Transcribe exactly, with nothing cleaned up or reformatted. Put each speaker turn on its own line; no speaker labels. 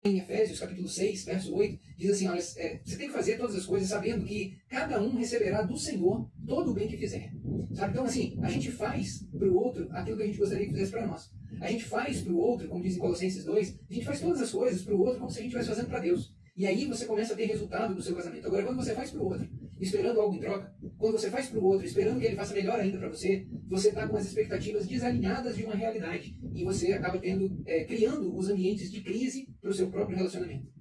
Em Efésios, capítulo seis, verso oito, diz assim, olha, é, você tem que fazer todas as coisas sabendo que cada um receberá do Senhor todo o bem que fizer. Sabe? Então, assim, a gente faz para o outro aquilo que a gente gostaria que fizesse para nós. A gente faz para o outro, como diz em Colossenses dois, a gente faz todas as coisas para o outro como se a gente estivesse fazendo para Deus. E aí você começa a ter resultado do seu casamento. Agora, quando você faz para o outro, esperando algo em troca, quando você faz para o outro, esperando que ele faça melhor ainda para você, você está com as expectativas desalinhadas de uma realidade. E você acaba tendo, é, criando os ambientes de crise para o seu próprio relacionamento.